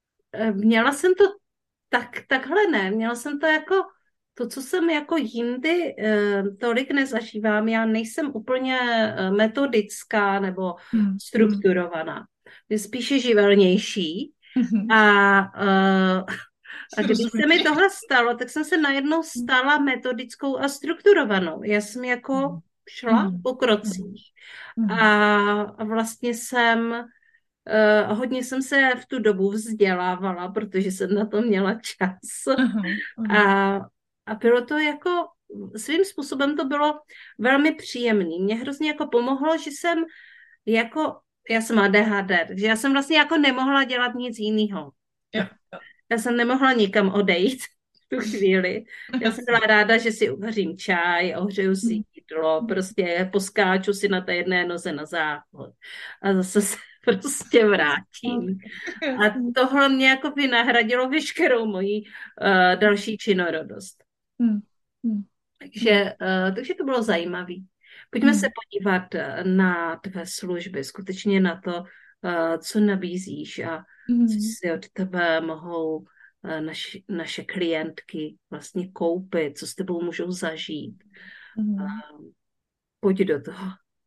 Měla jsem to tak, takhle ne, měla jsem to jako to, co jsem jako jindy eh, tolik nezažívám, já nejsem úplně metodická nebo hmm. strukturovaná. Je spíše živelnější hmm. a, eh, a když se mi tohle stalo, tak jsem se najednou stala metodickou a strukturovanou. Já jsem jako šla hmm. po krocích hmm. a, a vlastně jsem Uh, hodně jsem se v tu dobu vzdělávala, protože jsem na to měla čas. Uh-huh, uh-huh. A, a bylo to jako, svým způsobem to bylo velmi příjemné. Mě hrozně jako pomohlo, že jsem jako já jsem A D H D, takže já jsem vlastně jako nemohla dělat nic jiného. Já jsem nemohla nikam odejít v tu chvíli. Já jsem byla ráda, že si uvařím čaj, ohřeju si jídlo, prostě poskáču si na té jedné noze na záchod a zase se prostě vrátím. A tohle mě jako by nahradilo veškerou moji uh, další činorodost. Takže, uh, takže to bylo zajímavé. Pojďme se podívat na tvé služby, skutečně na to, uh, co nabízíš a co si od tebe mohou uh, naši, naše klientky vlastně koupit, co s tebou můžou zažít. Mm. Uh, pojď do toho.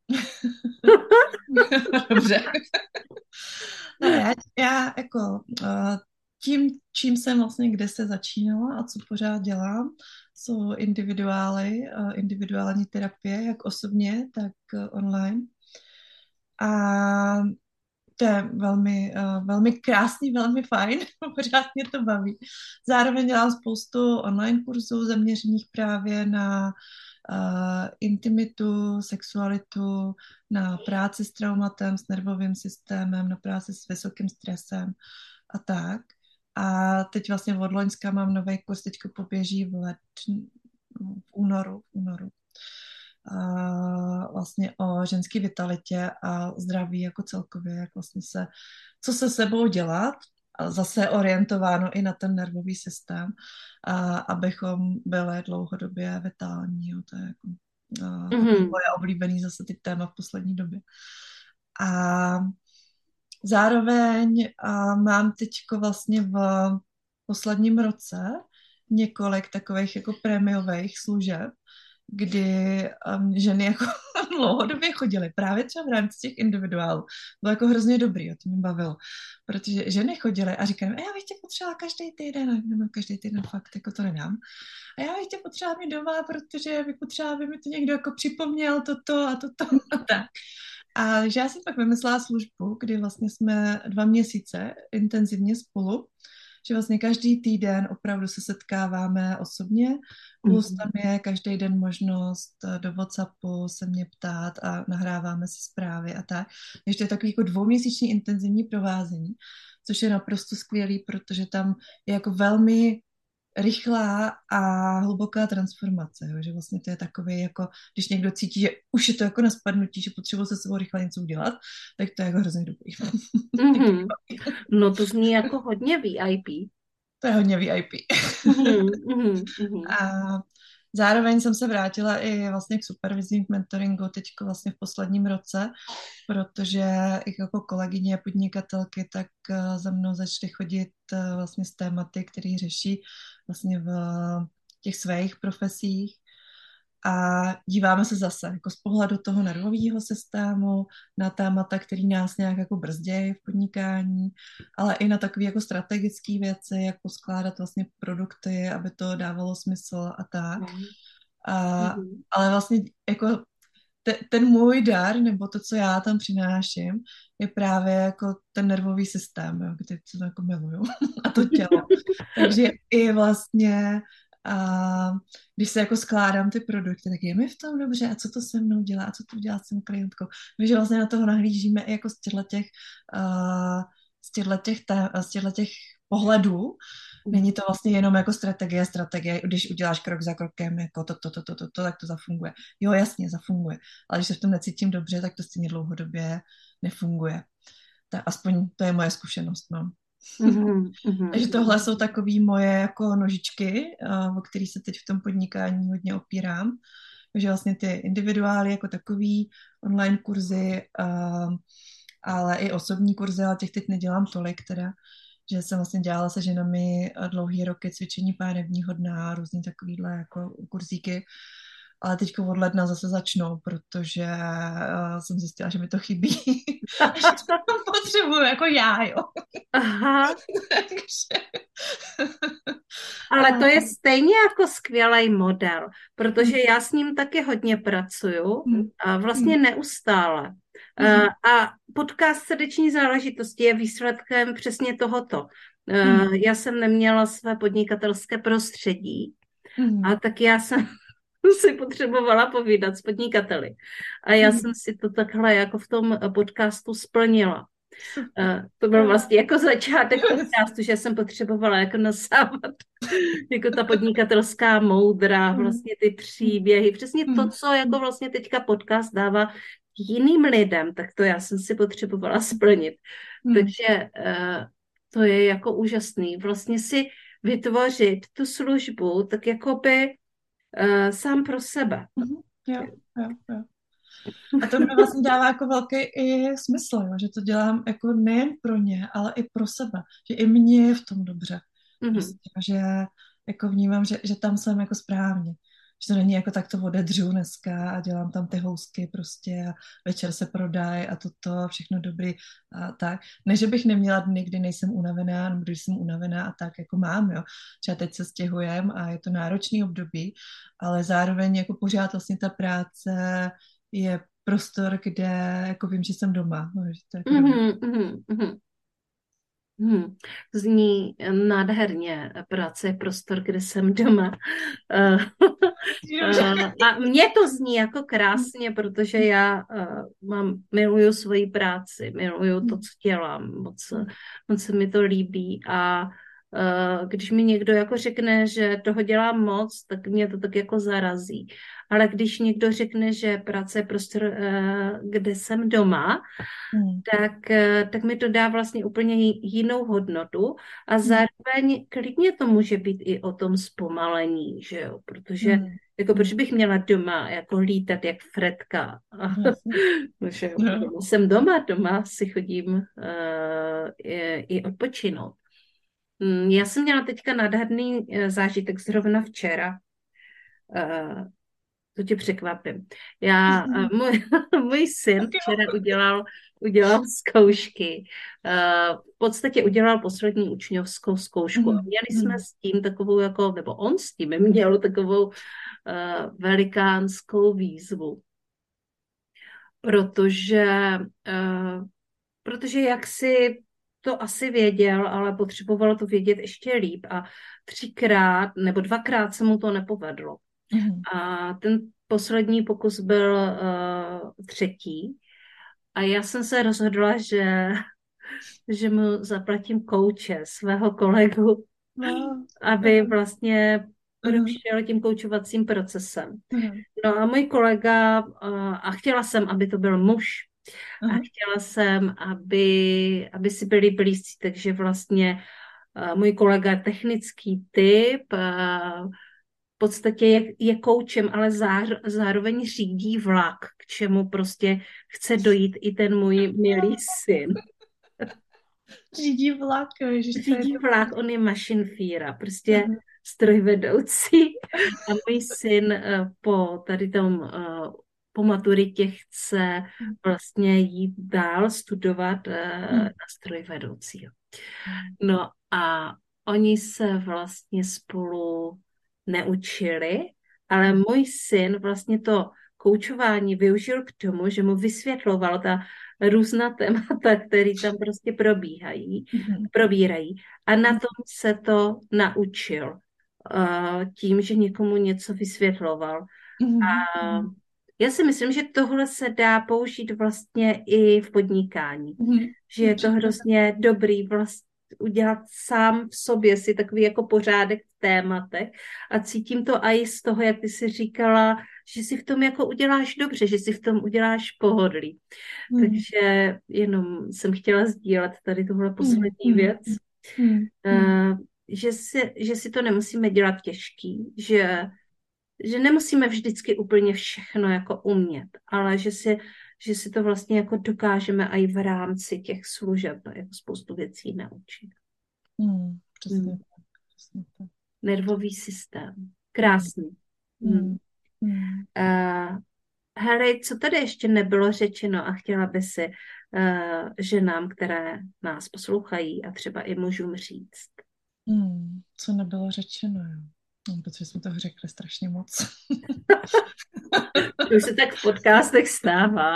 Dobře. No, já, já jako uh, tím, čím jsem vlastně, kde se začínala a co pořád dělám, jsou individuály, uh, individuální terapie, jak osobně, tak uh, online. A to je velmi, uh, velmi krásný, velmi fajn, pořád mě to baví. Zároveň dělám spoustu online kurzů zaměřených právě na uh, intimitu, sexualitu, na práci s traumatem, s nervovým systémem, na práci s vysokým stresem a tak. A teď vlastně od loňska mám nový kurz, teďko poběží v, let, v únoru, v únoru. A vlastně o ženské vitalitě a zdraví jako celkově, jak vlastně se, co se sebou dělat, a zase orientováno i na ten nervový systém, a abychom byli dlouhodobě vitální. Jo, to je jako a, mm-hmm. moje oblíbený zase ty téma v poslední době. A zároveň a mám teďko vlastně v posledním roce několik takových jako prémiových služeb, kdy um, ženy jako dlouhodobě chodily, právě třeba v rámci těch individuálů. Bylo jako hrozně dobrý, jo, to mě bavilo. Protože ženy chodily a říkaly, a já bych tě potřebovala každý týden, a no, každý týden fakt jako to nedám. A já bych tě potřebovala mít doma, protože bych potřebovala, aby mi to někdo jako připomněl toto a toto a tak. A že já jsem pak vymyslela službu, kdy vlastně jsme dva měsíce intenzivně spolu, že vlastně každý týden opravdu se setkáváme osobně, plus tam je každý den možnost do WhatsAppu se mě ptát a nahráváme si zprávy a tak. Takže to je takový jako dvouměsíční intenzivní provázení, což je naprosto skvělý, protože tam je jako velmi rychlá a hluboká transformace, jo? Že vlastně to je takový, jako když někdo cítí, že už je to jako na spadnutí, že potřebuje se sebou rychle něco udělat, tak to je jako hrozně dobrý. Mm-hmm. No to zní jako hodně V I P. To je hodně V I P. Mm-hmm. Mm-hmm. A zároveň jsem se vrátila i vlastně k supervizním mentoringu teďko vlastně v posledním roce, protože i jako kolegyně podnikatelky tak za mnou začaly chodit vlastně s tématy, které řeší vlastně v těch svých profesích. A díváme se zase jako z pohledu toho nervového systému na témata, který nás nějak jako brzdějí v podnikání, ale i na takové jako strategické věci, jak poskládat vlastně produkty, aby to dávalo smysl a tak. A, mm-hmm. Ale vlastně jako te, ten můj dar, nebo to, co já tam přináším, je právě jako ten nervový systém, jo, který to jako miluju, a to tělo. Takže i vlastně a když se jako skládám ty produkty, tak je mi v tom dobře a co to se mnou dělá a co to dělá s tím klientkou. Takže vlastně na toho nahlížíme i jako z těchto těch, uh, z těchto těch, z těchto těch pohledů. Není to vlastně jenom jako strategie, strategie, když uděláš krok za krokem, jako to, to, to, to, to, to, tak to zafunguje. Jo, jasně, zafunguje. Ale když se v tom necítím dobře, tak to stejně dlouhodobě nefunguje. Tak aspoň to je moje zkušenost, no. Mm-hmm, mm-hmm. Takže tohle jsou takové moje jako nožičky, uh, o kterých se teď v tom podnikání hodně opírám. Takže vlastně ty individuály jako takový, online kurzy, uh, ale i osobní kurzy, ale těch teď nedělám tolik teda, že jsem vlastně dělala se ženami dlouhý roky cvičení pánevního dna, různý takovýhle jako kurzíky. Ale teďko od ledna zase začnou, protože uh, jsem zjistila, že mi to chybí. Že to potřebuju jako já, jo. Aha. Ale to je stejně jako skvělý model, protože já s ním taky hodně pracuju a vlastně neustále. Uh, a podcast Srdeční záležitosti je výsledkem přesně tohoto. Uh, já jsem neměla své podnikatelské prostředí a tak já jsem si potřebovala povídat s podnikateli. A já jsem si to takhle jako v tom podcastu splnila. Uh, to byl vlastně jako začátek podcastu, že jsem potřebovala jako nasávat jako ta podnikatelská moudra, vlastně ty příběhy, přesně to, co jako vlastně teďka podcast dává jiným lidem, tak to já jsem si potřebovala splnit. Takže uh, to je jako úžasný. Vlastně si vytvořit tu službu tak jakoby uh, sám pro sebe. Jo, jo, jo. A to mi vlastně dává jako velký i smysl, jo? Že to dělám jako nejen pro ně, ale i pro sebe. Že i mě je v tom dobře. Mm-hmm. Prostě, že jako vnímám, že, že tam jsem jako správně. Že to není jako tak to odedřu dneska a dělám tam ty housky prostě a večer se prodají a toto, všechno dobrý a tak. Ne, že bych neměla dny, kdy nejsem unavená, nebo když jsem unavená a tak jako mám, jo. Třeba teď se stěhujem a je to náročný období, ale zároveň jako pořád vlastně ta práce je prostor, kde jako vím, že jsem doma. No, že to je jako mm-hmm, mm-hmm, mm-hmm. Hmm. Zní nádherně. Práce je prostor, kde jsem doma. A mně to zní jako krásně, protože já mám, miluju svoji práci, miluju to, co dělám, moc, moc se mi to líbí a když mi někdo jako řekne, že toho dělám moc, tak mě to tak jako zarazí. Ale když někdo řekne, že práce je prostor, kde jsem doma, hmm. tak, tak mi to dá vlastně úplně jinou hodnotu a zároveň klidně to může být i o tom zpomalení, že jo, protože hmm. jako proč bych měla doma jako lítat jak Fredka. Že jo, no. Jsem doma, doma si chodím uh, i, i odpočinout. Já jsem měla teďka nádherný zážitek zrovna včera. Uh, to tě překvapím. Já, uh, můj, můj syn včera udělal, udělal zkoušky. Uh, v podstatě udělal poslední učňovskou zkoušku. A měli jsme s tím takovou, jako, nebo on s tím měl takovou uh, velikánskou výzvu. Protože, uh, protože jak si to asi věděl, ale potřeboval to vědět ještě líp a třikrát nebo dvakrát se mu to nepovedlo. Mm. A ten poslední pokus byl uh, třetí a já jsem se rozhodla, že, že mu zaplatím kouče, svého kolegu, no. aby vlastně prošel tím koučovacím procesem. Mm. No a můj kolega, uh, a chtěla jsem, aby to byl muž, a chtěla jsem, aby, aby si byli blízcí, takže vlastně uh, můj kolega technický typ uh, v podstatě je, je koučem, ale záro, zároveň řídí vlak, k čemu prostě chce dojít i ten můj milý syn. Řídí vlak. Ježiš, řídí vlak, on je mašinfíra, prostě uh-huh. strojvedoucí. A můj syn uh, po tady tom uh, po maturitě chce vlastně jít dál studovat uh, na strojvedoucího. No a oni se vlastně spolu neučili, ale můj syn vlastně to koučování využil k tomu, že mu vysvětloval ta různá témata, které tam prostě probíhají, probírají. A na tom se to naučil. Uh, tím, že někomu něco vysvětloval. A já si myslím, že tohle se dá použít vlastně i v podnikání. Mm-hmm. Že je to hrozně dobrý vlastně udělat sám v sobě si takový jako pořádek v tématech a cítím to i z toho, jak ty jsi říkala, že si v tom jako uděláš dobře, že si v tom uděláš pohodlí. Mm. Takže jenom jsem chtěla sdílet tady tuhle poslední mm. věc, mm. Uh, že, si, že si to nemusíme dělat těžký, že že nemusíme vždycky úplně všechno jako umět, ale že si, že si to vlastně jako dokážeme i v rámci těch služeb jako spoustu věcí naučit. Hmm, přesně, hmm. přesně. Nervový systém. Krásný. Hmm. Hmm. Uh, hele, co tady ještě nebylo řečeno a chtěla by si uh, ženám, které nás poslouchají a třeba i můžu říct? Hmm, co nebylo řečeno, jo. No, protože jsme toho řekli strašně moc. To už se tak v podcastech stává.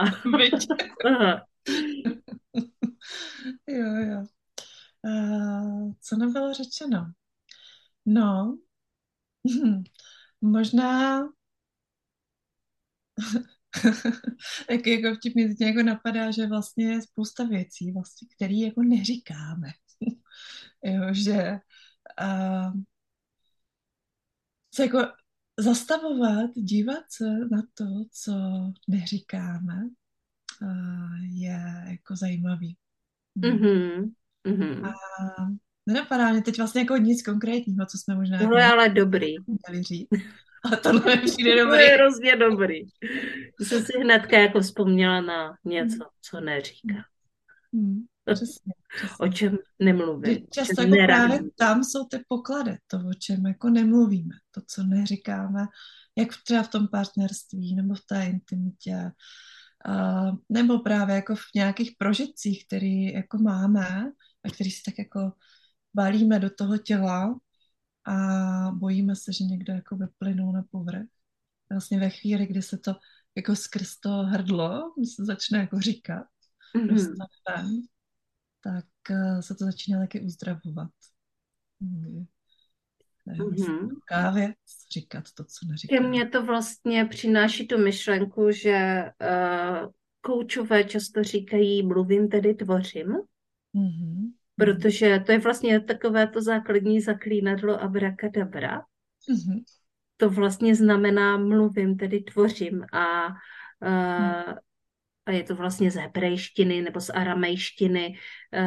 jo, jo. Uh, co nebylo řečeno? No, možná tak jako vtip mě teď jako napadá, že vlastně je spousta věcí, vlastně, které jako neříkáme. jo, že uh, se jako zastavovat, dívat se na to, co neříkáme, uh, je jako zajímavý. Mm-hmm. Mm-hmm. A nenapadá mě teď vlastně jako nic konkrétního, co jsme možná... Tohle je ale dobrý. Měli říct. A tohle mi přijde dobrý. To je hrozně dobrý. Jsem si hnedka jako vzpomněla na něco, co neříká. Hmm, přesně, přesně. O čem nemluvím. Často jako právě tam jsou ty poklady, to, o čem jako nemluvíme, to, co neříkáme, jak třeba v tom partnerství, nebo v té intimitě, uh, nebo právě jako v nějakých prožitcích, které jako máme a který si tak jako balíme do toho těla a bojíme se, že někdo jako vyplynou na povrch. Vlastně ve chvíli, kdy se to jako skrz to hrdlo se začne jako říkat, mm-hmm. dostane ven, tak uh, se to začíná taky uzdravovat. Mm. Mm-hmm. věc, říkat to, co neříká. Ke mně to vlastně přináší tu myšlenku, že uh, koučové často říkají, mluvím, tedy tvořím, mm-hmm. protože to je vlastně takové to základní zaklínadlo abracadabra. Mm-hmm. To vlastně znamená mluvím, tedy tvořím a uh, a je to vlastně z hebrejštiny nebo z aramejštiny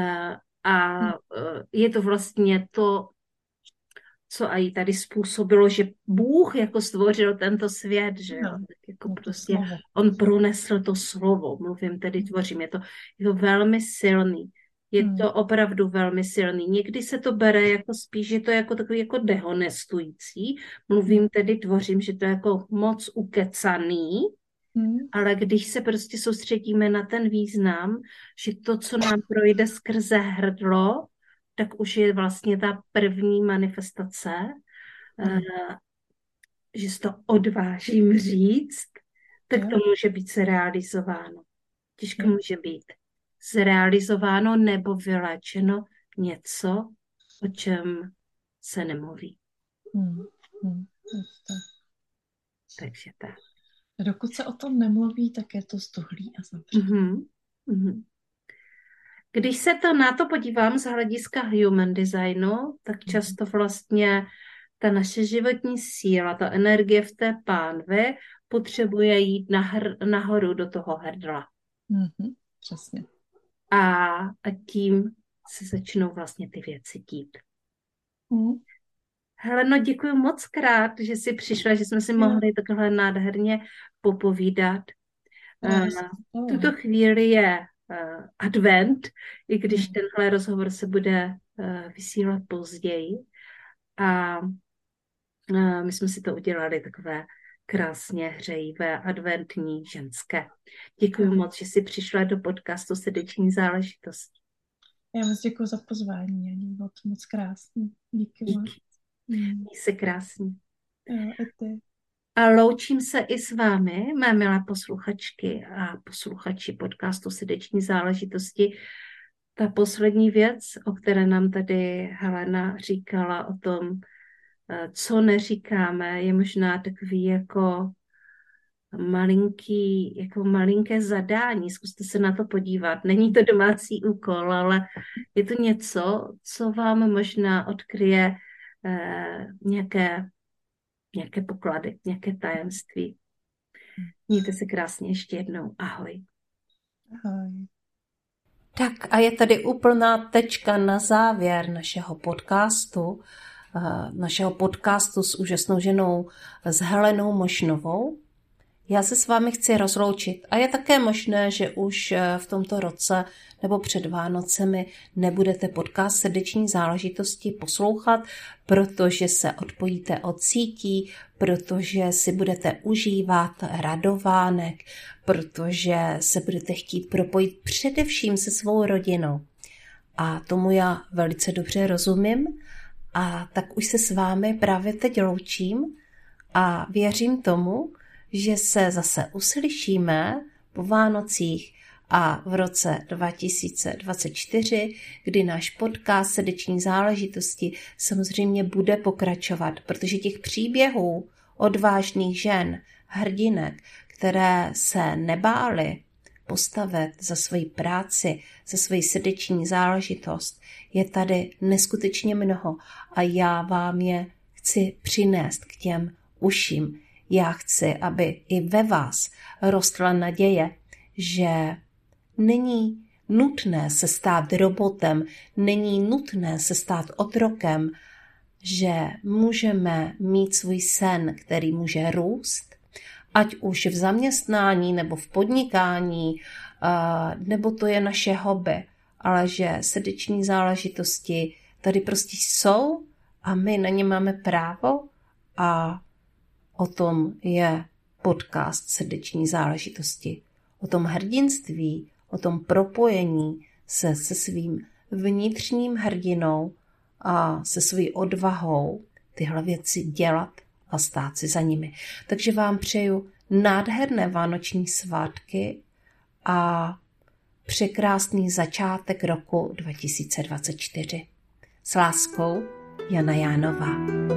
a je to vlastně to, co i tady způsobilo, že Bůh jako stvořil tento svět, že jo? Tak jako prostě on pronesl to slovo, mluvím, tedy tvořím, je to, je to velmi silný. Je to opravdu velmi silný. Někdy se to bere jako spíš, že to je jako takový jako dehonestující. Mluvím, tedy tvořím, že to je jako moc ukecaný. Hmm. Ale když se prostě soustředíme na ten význam, že to, co nám projde skrze hrdlo, tak už je vlastně ta první manifestace, hmm. uh, že si to odvážím říct, tak hmm. to může být zrealizováno. Těžko hmm. může být zrealizováno nebo vyléčeno něco, o čem se nemluví. Hmm. Hmm. Takže tak. Dokud se o tom nemluví, tak je to stuhlý a zavřený. Mm-hmm. Mm-hmm. Když se to na to podívám z hlediska human designu, tak často vlastně ta naše životní síla, ta energie v té pánvi potřebuje jít nahr- nahoru do toho hrdla. Mm-hmm. Přesně. A, a tím se začnou vlastně ty věci dít. Mm. Heleno, děkuji moc krát, že jsi přišla, že jsme si mohli takhle nádherně popovídat. V uh, tuto chvíli je uh, advent, i když tenhle rozhovor se bude uh, vysílat později. A uh, my jsme si to udělali takové krásně hřejivé, adventní, ženské. Děkuji moc, že jsi přišla do podcastu Srdeční záležitosti. Já moc děkuji za pozvání, Ani, bylo to moc krásný. Díky, Díky. moc. Měj se krásný. Jo, i ty. A loučím se i s vámi, mé milé posluchačky a posluchači podcastu Srdeční záležitosti. Ta poslední věc, o které nám tady Helena říkala o tom, co neříkáme, je možná takový jako malinký, jako malinké zadání. Zkuste se na to podívat. Není to domácí úkol, ale je to něco, co vám možná odkryje eh, nějaké, nějaké poklady, nějaké tajemství. Mějte se krásně ještě jednou. Ahoj. Ahoj. Tak a je tady úplná tečka na závěr našeho podcastu, našeho podcastu s úžasnou ženou, s Helenou Mošnovou. Já se s vámi chci rozloučit a je také možné, že už v tomto roce nebo před Vánocemi nebudete podcast Srdeční záležitosti poslouchat, protože se odpojíte od sítí, protože si budete užívat radovánek, protože se budete chtít propojit především se svou rodinou. A tomu já velice dobře rozumím a tak už se s vámi právě teď loučím a věřím tomu, že se zase uslyšíme po Vánocích a v roce dva tisíce dvacet čtyři, kdy náš podcast Srdeční záležitosti samozřejmě bude pokračovat, protože těch příběhů odvážných žen, hrdinek, které se nebály postavit za svoji práci, za svoji srdeční záležitost, je tady neskutečně mnoho a já vám je chci přinést k těm uším. Já chci, aby i ve vás rostla naděje, že není nutné se stát robotem, není nutné se stát otrokem, že můžeme mít svůj sen, který může růst, ať už v zaměstnání nebo v podnikání, nebo to je naše hobby, ale že srdeční záležitosti tady prostě jsou a my na ně máme právo a o tom je podcast Srdeční záležitosti. O tom hrdinství, o tom propojení se se svým vnitřním hrdinou a se svou odvahou tyhle věci dělat a stát si za nimi. Takže vám přeju nádherné vánoční svátky a překrásný začátek roku dva tisíce dvacet čtyři. S láskou, Jana Jánová.